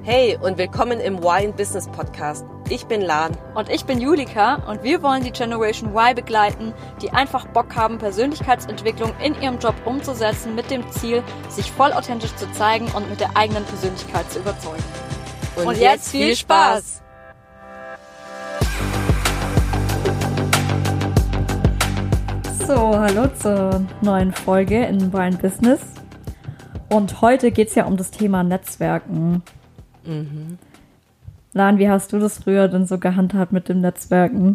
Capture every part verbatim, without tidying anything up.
Hey und willkommen im Y in Business Podcast. Ich bin Lan. Und ich bin Julika und wir wollen die Generation Y begleiten, die einfach Bock haben, Persönlichkeitsentwicklung in ihrem Job umzusetzen mit dem Ziel, sich voll authentisch zu zeigen und mit der eigenen Persönlichkeit zu überzeugen. Und, und jetzt viel Spaß! So, hallo zur neuen Folge in Y in Business. Und heute geht es ja um das Thema Netzwerken. Mhm. Lan, wie hast du das früher denn so gehandhabt mit dem Netzwerken?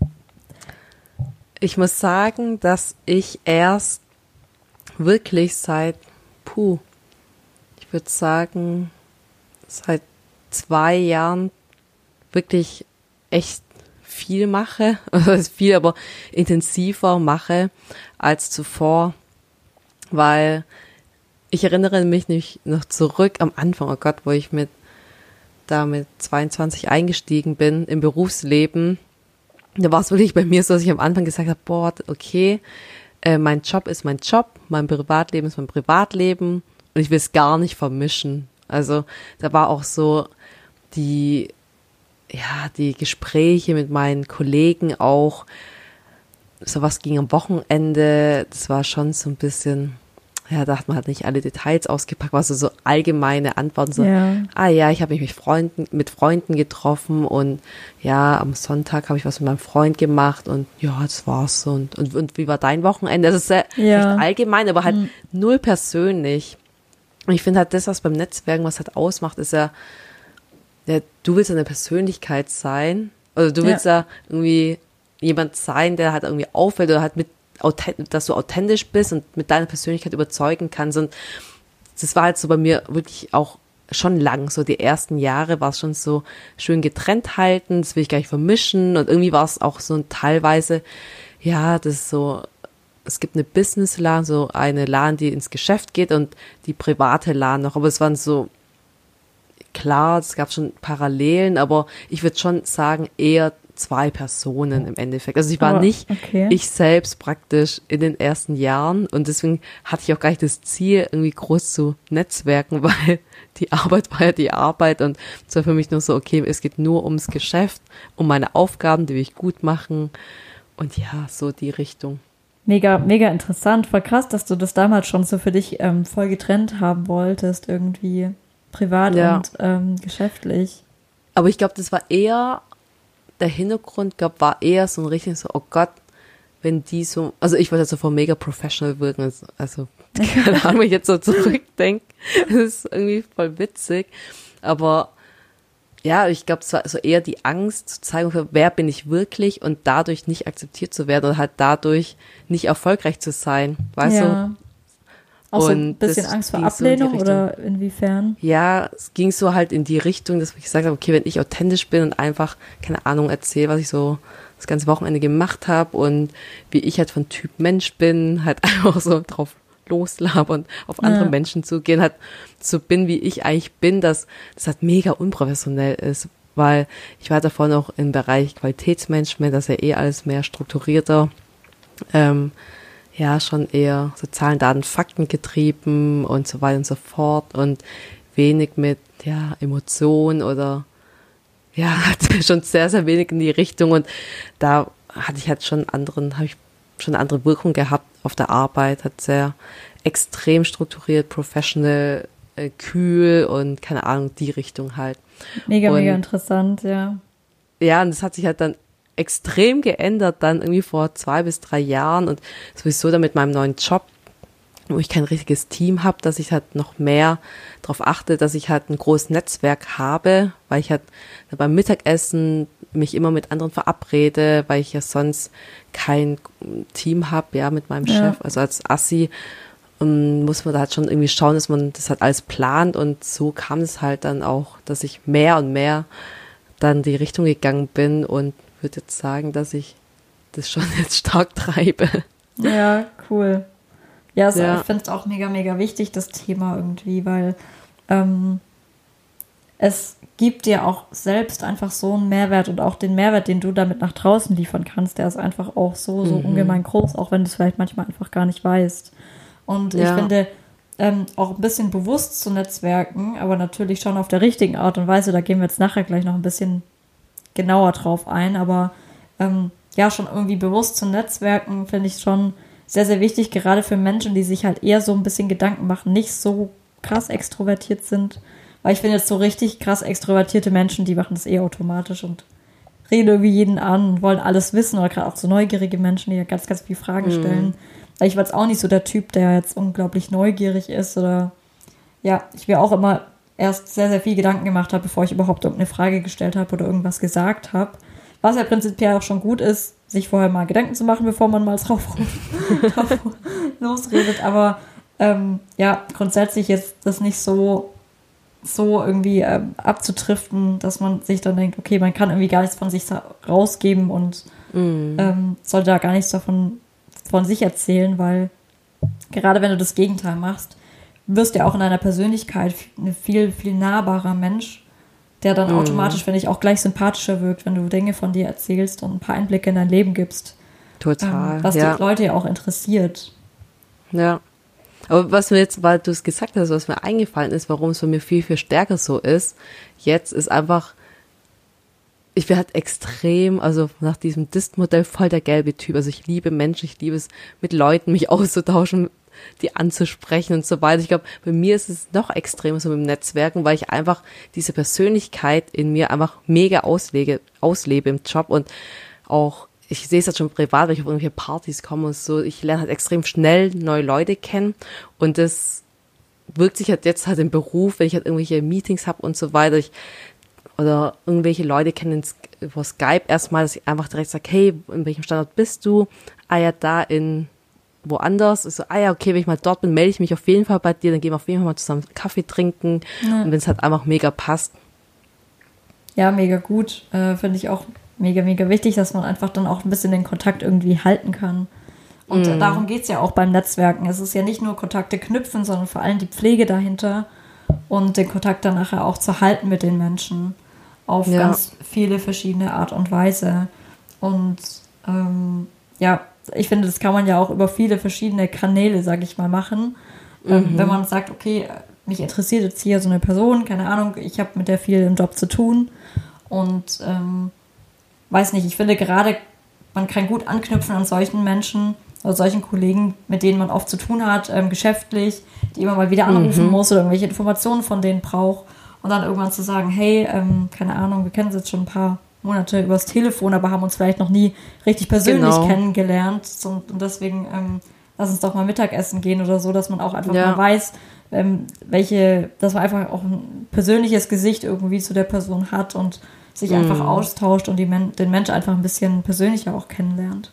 Ich muss sagen, dass ich erst wirklich seit, puh, ich würde sagen, seit zwei Jahren wirklich echt viel mache, also viel, aber intensiver mache als zuvor, weil ich erinnere mich nicht noch zurück am Anfang, oh Gott, wo ich mit da mit zweiundzwanzig eingestiegen bin im Berufsleben. Da war es wirklich bei mir so, dass ich am Anfang gesagt habe, boah, okay, äh, mein Job ist mein Job, mein Privatleben ist mein Privatleben und ich will es gar nicht vermischen. Also da war auch so die, ja, die Gespräche mit meinen Kollegen auch, sowas ging am Wochenende, das war schon so ein bisschen, ja, da hat man halt nicht alle Details ausgepackt, war so, so allgemeine Antworten, so, ja. ah ja, ich habe mich mit Freunden, mit Freunden getroffen und ja, am Sonntag habe ich was mit meinem Freund gemacht und ja, das war's so. Und, und, und wie war dein Wochenende? Das ist sehr Ja. recht allgemein, aber halt Mhm. null persönlich. Und ich finde halt das, was beim Netzwerken, was halt ausmacht, ist ja, ja, du willst eine Persönlichkeit sein, also du willst ja, ja irgendwie jemand sein, der halt irgendwie auffällt oder halt mit dass du authentisch bist und mit deiner Persönlichkeit überzeugen kannst. Und das war halt so bei mir wirklich auch schon lang, so die ersten Jahre war es schon so schön getrennt halten, das will ich gar nicht vermischen und irgendwie war es auch so teilweise, ja, das ist so, es gibt eine Business-LAN, so eine LAN, die ins Geschäft geht und die private LAN noch, aber es waren so, klar, es gab schon Parallelen, aber ich würde schon sagen, eher zwei Personen im Endeffekt. Also ich war Aber, nicht okay. ich selbst praktisch in den ersten Jahren und deswegen hatte ich auch gar nicht das Ziel, irgendwie groß zu netzwerken, weil die Arbeit war ja die Arbeit und es war für mich nur so, okay, es geht nur ums Geschäft, um meine Aufgaben, die will ich gut machen und ja, so die Richtung. Mega, mega interessant. Voll krass, dass du das damals schon so für dich ähm, voll getrennt haben wolltest, irgendwie privat Ja. und ähm, geschäftlich. Aber ich glaube, das war eher der Hintergrund, glaube war eher so ein richtig so, oh Gott, wenn die so, also ich wollte jetzt so vor mega professional wirken, also, also keine Ahnung, wenn ich jetzt so zurückdenke, das ist irgendwie voll witzig, aber ja, ich glaube, es war so eher die Angst zu zeigen, für wer bin ich wirklich und dadurch nicht akzeptiert zu werden und halt dadurch nicht erfolgreich zu sein, weißt ja. du? Auch so ein Und bisschen das Angst vor ging so in die Ablehnung Richtung. oder inwiefern? Ja, es ging so halt in die Richtung, dass ich gesagt habe, okay, wenn ich authentisch bin und einfach, keine Ahnung, erzähle, was ich so das ganze Wochenende gemacht habe und wie ich halt von Typ Mensch bin, halt einfach so drauf loslabern, auf andere Ja. Menschen zugehen, halt so bin, wie ich eigentlich bin, dass das halt mega unprofessionell ist, weil ich war davor noch im Bereich Qualitätsmanagement, das ist ja eh alles mehr strukturierter, ähm, ja, schon eher so Zahlen, Daten, Fakten getrieben und so weiter und so fort und wenig mit, ja, Emotionen oder, ja, schon sehr, sehr wenig in die Richtung und da hatte ich halt schon anderen, habe ich schon eine andere Wirkung gehabt auf der Arbeit, hat sehr extrem strukturiert, professional, äh, kühl und keine Ahnung, die Richtung halt. Mega, und, mega interessant, ja. Ja, und das hat sich halt dann extrem geändert, dann irgendwie vor zwei bis drei Jahren und sowieso dann mit meinem neuen Job, wo ich kein richtiges Team habe, dass ich halt noch mehr darauf achte, dass ich halt ein großes Netzwerk habe, weil ich halt beim Mittagessen mich immer mit anderen verabrede, weil ich ja sonst kein Team habe, ja, mit meinem Ja. Chef, also als Assi um, muss man da halt schon irgendwie schauen, dass man das halt alles plant und so kam es halt dann auch, dass ich mehr und mehr dann die Richtung gegangen bin und würde jetzt sagen, dass ich das schon jetzt stark treibe. Ja, cool. Ja, also Ja. ich finde es auch mega, mega wichtig, das Thema irgendwie, weil ähm, es gibt dir auch selbst einfach so einen Mehrwert und auch den Mehrwert, den du damit nach draußen liefern kannst, der ist einfach auch so, so Mhm. ungemein groß, auch wenn du es vielleicht manchmal einfach gar nicht weißt. Und Ja. ich finde, ähm, auch ein bisschen bewusst zu netzwerken, aber natürlich schon auf der richtigen Art und Weise. Da gehen wir jetzt nachher gleich noch ein bisschen genauer drauf ein, aber ähm, ja, schon irgendwie bewusst zu netzwerken, finde ich schon sehr, sehr wichtig, gerade für Menschen, die sich halt eher so ein bisschen Gedanken machen, nicht so krass extrovertiert sind. Weil ich finde jetzt so richtig krass extrovertierte Menschen, die machen das eh automatisch und reden irgendwie jeden an und wollen alles wissen. Oder gerade auch so neugierige Menschen, die ja ganz, ganz viele Fragen stellen. Mhm. Weil ich war jetzt auch nicht so der Typ, der jetzt unglaublich neugierig ist. Oder ja, ich mir auch immer erst sehr, sehr viel Gedanken gemacht habe, bevor ich überhaupt irgendeine Frage gestellt habe oder irgendwas gesagt habe. Was ja prinzipiell auch schon gut ist, sich vorher mal Gedanken zu machen, bevor man mal drauf, drauf losredet. Aber ähm, ja, grundsätzlich ist das nicht so, so irgendwie ähm, abzutriften, dass man sich dann denkt, okay, man kann irgendwie gar nichts von sich rausgeben und mm. ähm, sollte da gar nichts davon von sich erzählen, weil gerade wenn du das Gegenteil machst, wirst du ja auch in deiner Persönlichkeit ein viel, viel nahbarer Mensch, der dann mm. automatisch, finde ich, auch gleich sympathischer wirkt, wenn du Dinge von dir erzählst und ein paar Einblicke in dein Leben gibst. Total, ähm, was ja. die Leute ja auch interessiert. Ja. Aber was mir jetzt, weil du es gesagt hast, was mir eingefallen ist, warum es bei mir viel, viel stärker so ist, jetzt ist einfach, ich bin halt extrem, also nach diesem D I S T-Modell voll der gelbe Typ. Also ich liebe Menschen, ich liebe es, mit Leuten mich auszutauschen, die anzusprechen und so weiter. Ich glaube, bei mir ist es noch extremer so mit dem Netzwerken, weil ich einfach diese Persönlichkeit in mir einfach mega auslege, auslebe im Job und auch ich sehe es jetzt schon privat, weil ich auf irgendwelche Partys komme und so, ich lerne halt extrem schnell neue Leute kennen und das wirkt sich halt jetzt halt im Beruf, wenn ich halt irgendwelche Meetings habe und so weiter, ich, oder irgendwelche Leute kennen über Skype erstmal, dass ich einfach direkt sage, hey, in welchem Standort bist du? Ah ja, da in woanders. Ich so, ah ja, okay, wenn ich mal dort bin, melde ich mich auf jeden Fall bei dir, dann gehen wir auf jeden Fall mal zusammen Kaffee trinken ja. Und wenn es halt einfach mega passt. Ja, mega gut, äh, finde ich auch mega, mega wichtig, dass man einfach dann auch ein bisschen den Kontakt irgendwie halten kann. Und mm. darum geht es ja auch beim Netzwerken. Es ist ja nicht nur Kontakte knüpfen, sondern vor allem die Pflege dahinter und den Kontakt dann nachher auch zu halten mit den Menschen auf ja. ganz viele verschiedene Art und Weise. Und ähm, ja, ich finde, das kann man ja auch über viele verschiedene Kanäle, sage ich mal, machen. Mhm. Ähm, wenn man sagt, okay, mich interessiert jetzt hier so eine Person, keine Ahnung, ich habe mit der viel im Job zu tun und ähm, weiß nicht, ich finde gerade, man kann gut anknüpfen an solchen Menschen oder solchen Kollegen, mit denen man oft zu tun hat, ähm, geschäftlich, die immer mal wieder anrufen mhm. muss oder irgendwelche Informationen von denen braucht und dann irgendwann zu sagen, hey, ähm, keine Ahnung, wir kennen sie jetzt schon ein paar Monate übers Telefon, aber haben uns vielleicht noch nie richtig persönlich genau. kennengelernt und, und deswegen ähm, lass uns doch mal Mittagessen gehen oder so, dass man auch einfach ja. mal weiß, ähm, welche, dass man einfach auch ein persönliches Gesicht irgendwie zu der Person hat und sich mm. einfach austauscht und die Men- den Mensch einfach ein bisschen persönlicher auch kennenlernt.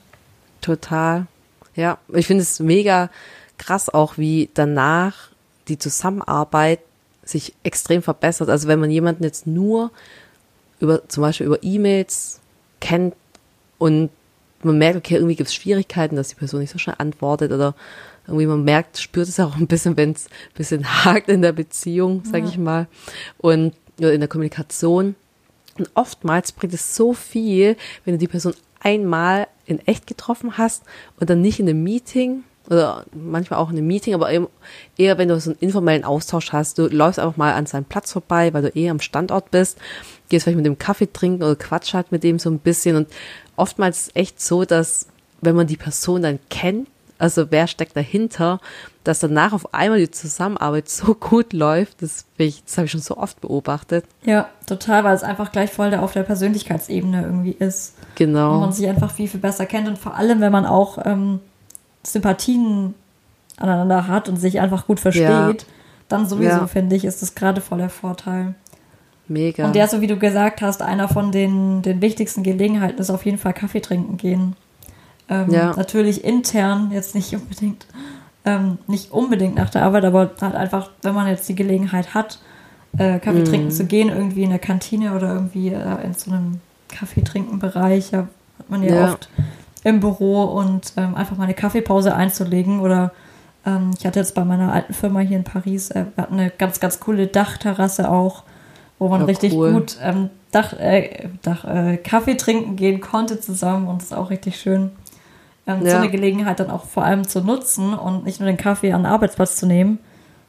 Total. Ja, ich finde es mega krass auch, wie danach die Zusammenarbeit sich extrem verbessert. Also wenn man jemanden jetzt nur über, zum Beispiel über E-Mails kennt und man merkt, okay, irgendwie gibt es Schwierigkeiten, dass die Person nicht so schnell antwortet oder irgendwie man merkt, spürt es auch ein bisschen, wenn es ein bisschen hakt in der Beziehung, sag ja. ich mal, und oder in der Kommunikation. Und oftmals bringt es so viel, wenn du die Person einmal in echt getroffen hast und dann nicht in einem Meeting oder manchmal auch in einem Meeting, aber eher, wenn du so einen informellen Austausch hast. Du läufst einfach mal an seinem Platz vorbei, weil du eh am Standort bist, gehst vielleicht mit dem Kaffee trinken oder quatsch halt mit dem so ein bisschen und oftmals ist es echt so, dass wenn man die Person dann kennt, also wer steckt dahinter, dass danach auf einmal die Zusammenarbeit so gut läuft, das, das habe ich schon so oft beobachtet. Ja, total, weil es einfach gleich voll auf der Persönlichkeitsebene irgendwie ist. Genau. Und man sich einfach viel, viel besser kennt und vor allem, wenn man auch ähm, Sympathien aneinander hat und sich einfach gut versteht, ja. dann sowieso, ja. finde ich, ist das gerade voll der Vorteil. Mega. Und ja, so wie du gesagt hast, einer von den, den wichtigsten Gelegenheiten ist auf jeden Fall Kaffee trinken gehen. Ähm, ja. Natürlich intern, jetzt nicht unbedingt, ähm, nicht unbedingt nach der Arbeit, aber halt einfach, wenn man jetzt die Gelegenheit hat, äh, Kaffee mm. trinken zu gehen, irgendwie in der Kantine oder irgendwie äh, in so einem Kaffeetrinken-Bereich, ja, hat man ja, ja oft im Büro und ähm, einfach mal eine Kaffeepause einzulegen oder ähm, ich hatte jetzt bei meiner alten Firma hier in Paris, äh, wir hatten eine ganz, ganz coole Dachterrasse auch, wo man ja, richtig cool. gut ähm, Dach, äh, Dach, äh, Kaffee trinken gehen konnte zusammen und das ist auch richtig schön. Ähm, ja. So eine Gelegenheit dann auch vor allem zu nutzen und nicht nur den Kaffee an den Arbeitsplatz zu nehmen,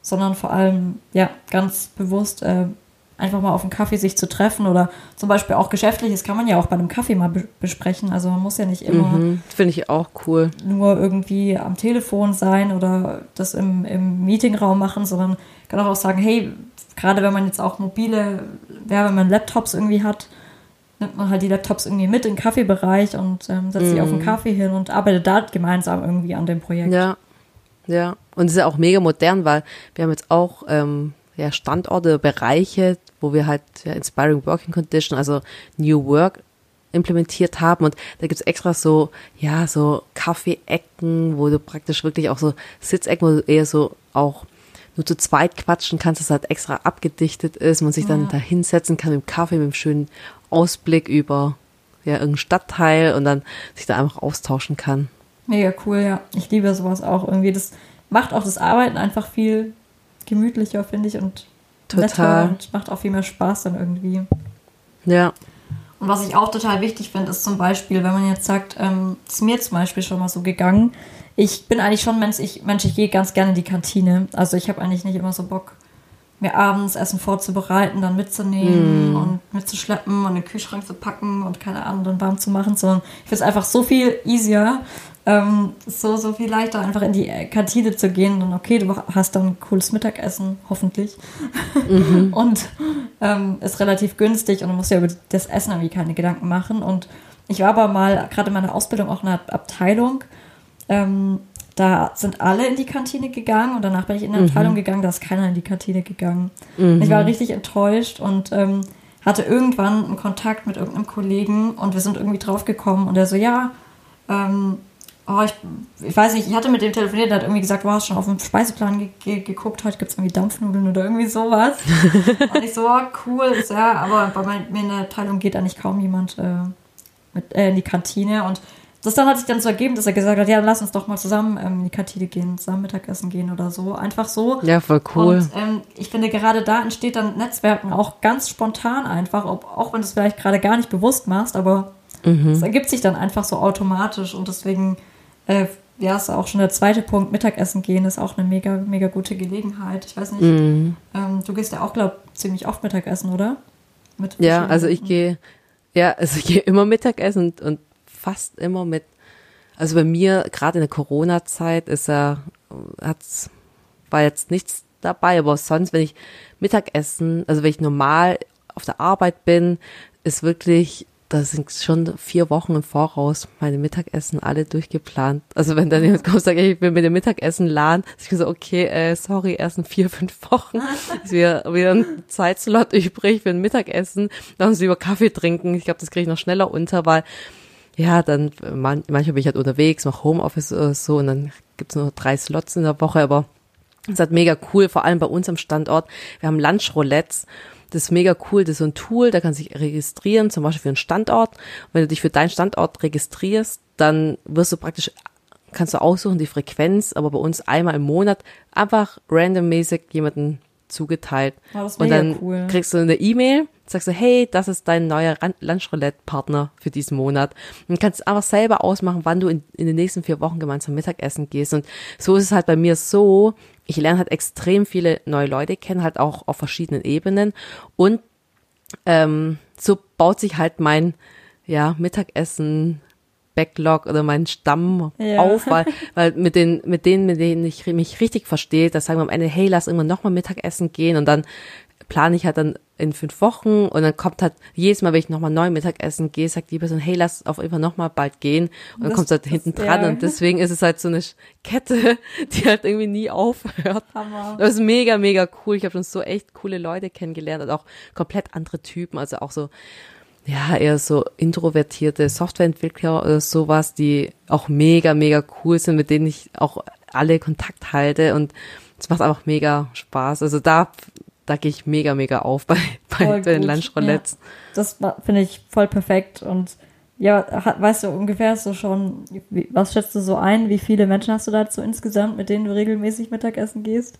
sondern vor allem, ja, ganz bewusst äh, einfach mal auf einen Kaffee sich zu treffen oder zum Beispiel auch Geschäftliches kann man ja auch bei einem Kaffee mal be- besprechen. Also man muss ja nicht immer Mhm, finde ich auch cool. nur irgendwie am Telefon sein oder das im, im Meetingraum machen, sondern kann auch sagen, hey, gerade wenn man jetzt auch mobile, ja, wenn man Laptops irgendwie hat, nimmt man halt die Laptops irgendwie mit in den Kaffeebereich und ähm, setzt sich Mhm. auf einen Kaffee hin und arbeitet da gemeinsam irgendwie an dem Projekt. Ja, ja. Und es ist ja auch mega modern, weil wir haben jetzt auch ähm, ja, Standorte, Bereiche, wo wir halt ja, Inspiring Working Condition, also New Work implementiert haben. Und da gibt's extra so, ja, so Kaffee-Ecken, wo du praktisch wirklich auch so Sitzecken, wo du eher so auch nur zu zweit quatschen kannst, das halt extra abgedichtet ist, man sich dann Ja. da hinsetzen kann mit dem Kaffee, mit einem schönen Ausblick über ja, irgendeinen Stadtteil und dann sich da einfach austauschen kann. Mega cool, ja. Ich liebe sowas auch irgendwie. Das macht auch das Arbeiten einfach viel gemütlicher, finde ich, und Total. netter und macht auch viel mehr Spaß dann irgendwie. Ja. Und was ich auch total wichtig finde, ist zum Beispiel, wenn man jetzt sagt, ähm, ist mir zum Beispiel schon mal so gegangen, ich bin eigentlich schon Mensch, ich, Mensch, ich gehe ganz gerne in die Kantine. Also ich habe eigentlich nicht immer so Bock, mir abends Essen vorzubereiten, dann mitzunehmen mm. und mitzuschleppen und in den Kühlschrank zu packen und keine Ahnung, dann warm zu machen, sondern ich finde es einfach so viel easier, ähm, so, so viel leichter, einfach in die Kantine zu gehen und okay, du hast dann ein cooles Mittagessen, hoffentlich. Mhm. Und ähm, ist relativ günstig und du musst ja über das Essen irgendwie keine Gedanken machen. Und ich war aber mal gerade in meiner Ausbildung auch in einer Abteilung, ähm, da sind alle in die Kantine gegangen und danach bin ich in eine Abteilung mhm. gegangen, da ist keiner in die Kantine gegangen. Mhm. Ich war richtig enttäuscht und ähm, hatte irgendwann einen Kontakt mit irgendeinem Kollegen und wir sind irgendwie drauf gekommen und er so, ja, ähm, oh, ich, ich weiß nicht, ich hatte mit dem telefoniert, der hat irgendwie gesagt, wow, hast schon auf den Speiseplan ge- ge- geguckt, heute gibt es irgendwie Dampfnudeln oder irgendwie sowas. Und ich so, oh, cool, ist ja, aber bei mir in der Abteilung geht eigentlich kaum jemand äh, mit, äh, in die Kantine und das dann hat sich dann so ergeben, dass er gesagt hat, ja, dann lass uns doch mal zusammen ähm, in die Kantine gehen, zusammen Mittagessen gehen oder so. Einfach so. Ja, voll cool. Und ähm, ich finde, gerade da entsteht dann Netzwerken auch ganz spontan einfach, ob, auch wenn du es vielleicht gerade gar nicht bewusst machst, aber mhm. es ergibt sich dann einfach so automatisch und deswegen, äh, ja, ist auch schon der zweite Punkt, Mittagessen gehen ist auch eine mega, mega gute Gelegenheit. Ich weiß nicht, mhm. ähm, du gehst ja auch, glaube ich, ziemlich oft Mittagessen, oder? Mit ja, also ich gehe, ja, also ich gehe immer Mittagessen und, und fast immer mit, also bei mir, gerade in der Corona-Zeit ist er, hat's, war jetzt nichts dabei, aber sonst, wenn ich Mittagessen, also wenn ich normal auf der Arbeit bin, ist wirklich, das sind schon vier Wochen im Voraus meine Mittagessen alle durchgeplant. Also wenn dann jemand kommt und sagt, ich will mit dem Mittagessen laden, ich bin so, okay, äh, sorry, erst in vier, fünf Wochen ist wieder, wieder ein Zeitslot übrig für ein Mittagessen, dann müssen wir über Kaffee trinken. Ich glaube, das kriege ich noch schneller unter, weil ja, dann man, manchmal bin ich halt unterwegs, mache Homeoffice oder so und dann gibt's nur drei Slots in der Woche, aber das ist halt mega cool, vor allem bei uns am Standort. Wir haben Lunchroulettes, das ist mega cool, das ist so ein Tool, da kannst du dich registrieren, zum Beispiel für einen Standort. Und wenn du dich für deinen Standort registrierst, dann wirst du praktisch, kannst du aussuchen die Frequenz, aber bei uns einmal im Monat einfach randommäßig jemanden zugeteilt. Oh, das ist und mega dann cool. Kriegst du eine E-Mail, sagst du, hey, das ist dein neuer Lunchroulette-Partner für diesen Monat. Und kannst einfach selber ausmachen, wann du in, in den nächsten vier Wochen gemeinsam Mittagessen gehst. Und so ist es halt bei mir so, ich lerne halt extrem viele neue Leute kennen, halt auch auf verschiedenen Ebenen. Und ähm, so baut sich halt mein ja Mittagessen Backlog oder meinen Stamm ja. auf, weil, weil mit den, mit denen, mit denen ich mich richtig verstehe, da sagen wir am Ende, hey, lass irgendwann nochmal Mittagessen gehen und dann plane ich halt dann in fünf Wochen und dann kommt halt jedes Mal, wenn ich nochmal neu Mittagessen gehe, sagt die Person, hey, lass auf jeden Fall nochmal bald gehen und dann kommt es halt hinten dran ja. und deswegen ist es halt so eine Kette, die halt irgendwie nie aufhört. Hammer. Das ist mega, mega cool. Ich habe schon so echt coole Leute kennengelernt und auch komplett andere Typen, also auch so ja, eher so introvertierte Softwareentwickler oder sowas, die auch mega, mega cool sind, mit denen ich auch alle Kontakt halte und es macht einfach mega Spaß. Also da, da gehe ich mega, mega auf bei, bei, bei den Lunchroulettes. Ja, das finde ich voll perfekt und ja, weißt du ungefähr so schon, wie, was schätzt du so ein? Wie viele Menschen hast du dazu insgesamt, mit denen du regelmäßig Mittagessen gehst?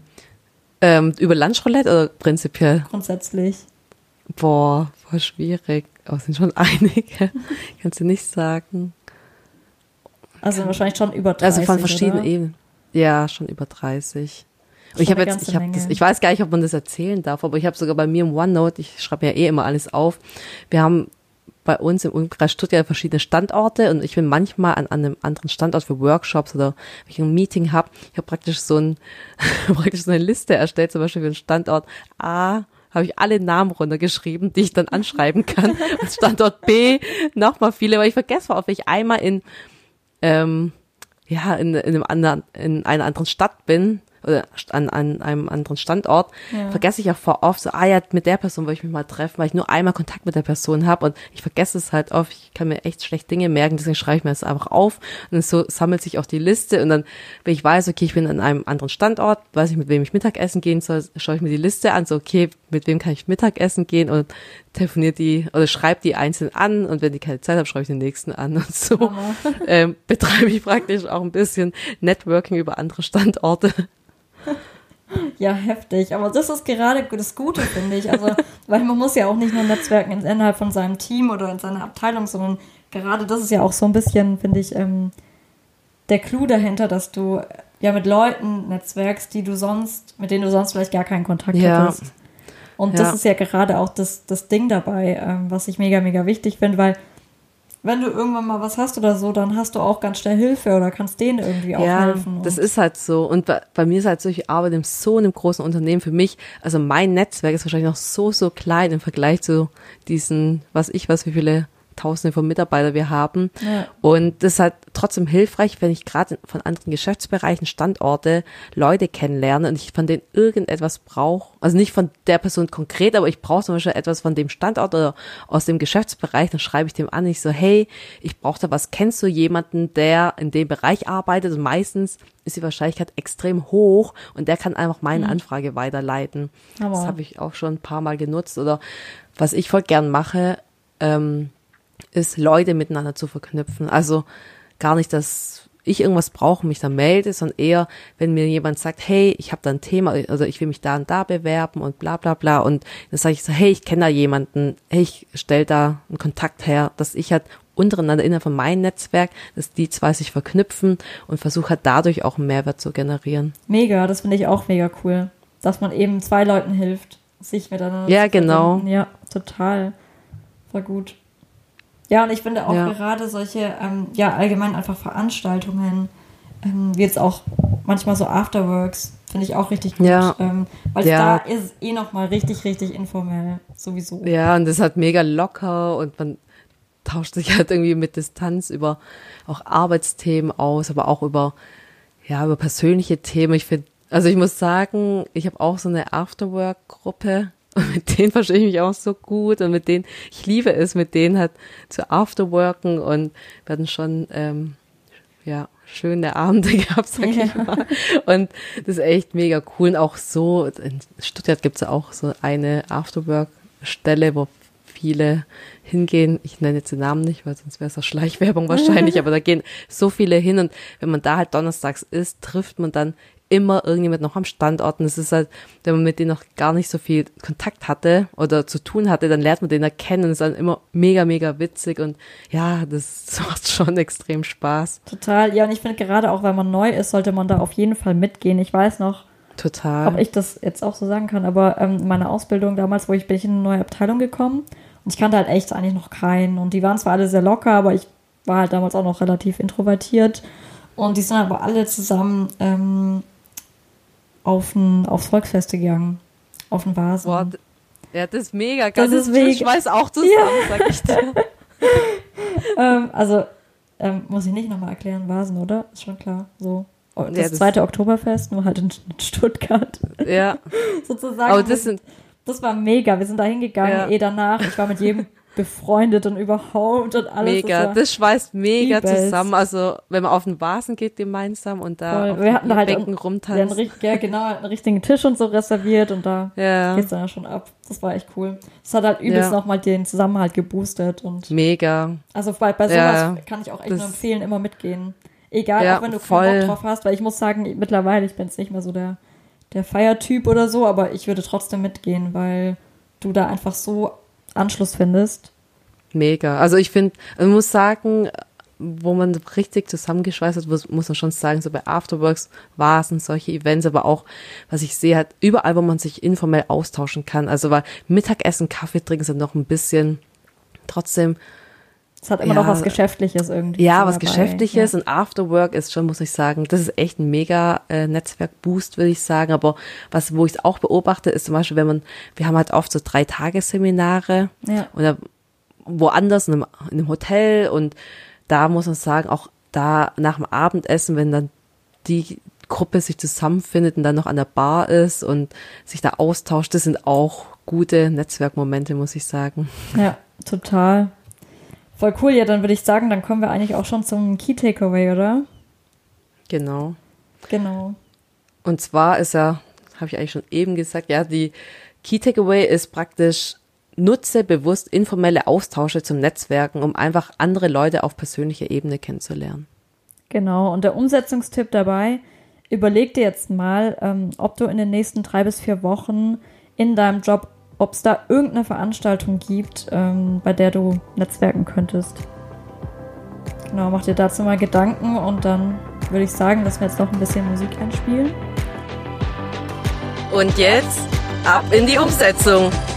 Ähm, über Lunchroulette oder prinzipiell? Grundsätzlich. Boah, voll schwierig. Aber es sind schon einige. Kannst du nicht sagen. Also Kann, wahrscheinlich schon über dreißig, Also von verschiedenen oder? Ebenen. Ja, schon über dreißig. Und ich habe jetzt, ich habe das, ich weiß gar nicht, ob man das erzählen darf, aber ich habe sogar bei mir im OneNote, ich schreibe ja eh immer alles auf. Wir haben bei uns im Umkreis Stuttgart verschiedene Standorte und ich bin manchmal an, an einem anderen Standort für Workshops oder wenn ich ein Meeting habe, ich habe praktisch so ein, praktisch so eine Liste erstellt, zum Beispiel für den Standort A, habe ich alle Namen runtergeschrieben, die ich dann anschreiben kann. Und Standort B nochmal viele, weil ich vergesse, ob ich einmal in, ähm, ja, in, in einem anderen, in einer anderen Stadt bin, oder an, an einem anderen Standort, ja. vergesse ich auch voll oft so, ah ja, mit der Person wollte ich mich mal treffen, weil ich nur einmal Kontakt mit der Person habe und ich vergesse es halt oft, ich kann mir echt schlecht Dinge merken, deswegen schreibe ich mir das einfach auf und so sammelt sich auch die Liste und dann, wenn ich weiß, okay, ich bin an einem anderen Standort, weiß ich, mit wem ich Mittagessen gehen soll, schaue ich mir die Liste an, so okay, mit wem kann ich Mittagessen gehen und telefoniere die oder schreibe die einzeln an und wenn die keine Zeit haben, schreibe ich den nächsten an und so oh. ähm, betreibe ich praktisch auch ein bisschen Networking über andere Standorte. Ja, heftig. Aber das ist gerade das Gute, finde ich. Also, weil man muss ja auch nicht nur netzwerken innerhalb von seinem Team oder in seiner Abteilung, sondern gerade das ist ja auch so ein bisschen, finde ich, ähm, der Clou dahinter, dass du ja mit Leuten netzwerkst, die du sonst, mit denen du sonst vielleicht gar keinen Kontakt ja. hättest. Und ja. das ist ja gerade auch das, das Ding dabei, ähm, was ich mega, mega wichtig finde, weil wenn du irgendwann mal was hast oder so, dann hast du auch ganz schnell Hilfe oder kannst denen irgendwie auch ja, helfen. Ja, das ist halt so. Und bei, bei mir ist halt so, ich arbeite in so einem großen Unternehmen für mich. Also mein Netzwerk ist wahrscheinlich noch so, so klein im Vergleich zu diesen, was ich weiß, wie viele Tausende von Mitarbeitern wir haben. Ja. Und das ist halt trotzdem hilfreich, wenn ich gerade von anderen Geschäftsbereichen, Standorte Leute kennenlerne und ich von denen irgendetwas brauche. Also nicht von der Person konkret, aber ich brauche zum Beispiel etwas von dem Standort oder aus dem Geschäftsbereich. Dann schreibe ich dem an, ich so, hey, ich brauche da was. Kennst du jemanden, der in dem Bereich arbeitet? Und meistens ist die Wahrscheinlichkeit extrem hoch und der kann einfach meine mhm. Anfrage weiterleiten. Aber. Das habe ich auch schon ein paar Mal genutzt. Oder was ich voll gern mache, ähm, ist, Leute miteinander zu verknüpfen. Also gar nicht, dass ich irgendwas brauche, mich da melde, sondern eher, wenn mir jemand sagt, hey, ich habe da ein Thema, also ich will mich da und da bewerben und bla bla bla und dann sage ich so, hey, ich kenne da jemanden, hey, ich stelle da einen Kontakt her, dass ich halt untereinander innerhalb von meinem Netzwerk, dass die zwei sich verknüpfen und versuche halt dadurch auch einen Mehrwert zu generieren. Mega, das finde ich auch mega cool, dass man eben zwei Leuten hilft, sich miteinander ja, zu genau. verbinden. Ja, total. War gut. Ja, und ich finde auch ja. gerade solche, ähm, ja, allgemein einfach Veranstaltungen, ähm, wie jetzt auch manchmal so Afterworks, finde ich auch richtig gut. Ja. Ähm, weil ja. da ist eh nochmal richtig, richtig informell, sowieso. Ja, und das ist halt mega locker und man tauscht sich halt irgendwie mit Distanz über auch Arbeitsthemen aus, aber auch über, ja, über persönliche Themen. Ich finde, also ich muss sagen, ich habe auch so eine Afterwork-Gruppe. Und mit denen verstehe ich mich auch so gut und mit denen, ich liebe es, mit denen halt zu afterworken und werden schon, ähm, ja, schöne Abende gehabt, sag ja. ich mal. Und das ist echt mega cool. Und auch so, in Stuttgart gibt es ja auch so eine Afterwork-Stelle, wo viele hingehen. Ich nenne jetzt den Namen nicht, weil sonst wäre es auch Schleichwerbung wahrscheinlich, aber da gehen so viele hin und wenn man da halt donnerstags ist, trifft man dann immer irgendjemand noch am Standort und es ist halt, wenn man mit denen noch gar nicht so viel Kontakt hatte oder zu tun hatte, dann lernt man den erkennen und es ist dann immer mega, mega witzig und ja, das macht schon extrem Spaß. Total, ja und ich finde gerade auch, wenn man neu ist, sollte man da auf jeden Fall mitgehen. Ich weiß noch, total, ob ich das jetzt auch so sagen kann, aber ähm, in meiner Ausbildung damals, wo ich bin ich in eine neue Abteilung gekommen und ich kannte halt echt eigentlich noch keinen und die waren zwar alle sehr locker, aber ich war halt damals auch noch relativ introvertiert und die sind aber alle zusammen ähm, auf ein, aufs Volksfeste gegangen, auf den Vasen. Boah, ja, das ist mega geil. Das ist mega. Ich schmeiß auch zusammen, ja. Sag ich dir. ähm, also, ähm, muss ich nicht nochmal erklären, Vasen, oder? Ist schon klar. So. Das, ja, das zweite Oktoberfest, nur halt in Stuttgart. Ja. Sozusagen. Aber das sind das war mega. Wir sind da hingegangen, ja. eh danach. Ich war mit jedem befreundet und überhaupt und alles. Mega, das, das schweißt mega übelst. Zusammen. Also, wenn man auf den Vasen geht gemeinsam und da Voll. auf wir hatten den halt Bänken rumtanzt. Ja, ja, genau, einen richtigen Tisch und so reserviert und da ja. geht's dann ja schon ab. Das war echt cool. Das hat halt übelst ja. nochmal den Zusammenhalt geboostet. Und mega. Also bei, bei sowas ja. kann ich auch echt das, nur empfehlen, immer mitgehen. Egal, ja, auch wenn du voll. keinen Bock drauf hast, weil ich muss sagen, mittlerweile, ich bin jetzt nicht mehr so der, der Feiertyp oder so, aber ich würde trotzdem mitgehen, weil du da einfach so Anschluss findest. Mega. Also ich finde, ich muss sagen, wo man richtig zusammengeschweißt hat, muss man schon sagen, so bei Afterworks war es solche Events, aber auch, was ich sehe, halt überall, wo man sich informell austauschen kann. Also weil Mittagessen, Kaffee trinken sind noch ein bisschen trotzdem. Es hat immer ja, noch was Geschäftliches irgendwie. Ja, so was dabei. Geschäftliches ja. und Afterwork ist schon, muss ich sagen, das ist echt ein mega äh, Netzwerkboost, würde ich sagen. Aber was, wo ich es auch beobachte, ist zum Beispiel, wenn man, wir haben halt oft so drei Tagesseminare Ja. oder woanders in einem, in einem Hotel und da muss man sagen, auch da nach dem Abendessen, wenn dann die Gruppe sich zusammenfindet und dann noch an der Bar ist und sich da austauscht, das sind auch gute Netzwerkmomente, muss ich sagen. Ja, total. Voll cool. Ja, dann würde ich sagen, dann kommen wir eigentlich auch schon zum Key Takeaway, oder? Genau. Genau. Und zwar ist ja, habe ich eigentlich schon eben gesagt, ja, die Key Takeaway ist praktisch, nutze bewusst informelle Austausche zum Netzwerken, um einfach andere Leute auf persönlicher Ebene kennenzulernen. Genau. Und der Umsetzungstipp dabei, überleg dir jetzt mal, ähm, ob du in den nächsten drei bis vier Wochen in deinem Job, ob es da irgendeine Veranstaltung gibt, ähm, bei der du netzwerken könntest. Genau, mach dir dazu mal Gedanken und dann würde ich sagen, dass wir jetzt noch ein bisschen Musik einspielen. Und jetzt ab in die Umsetzung.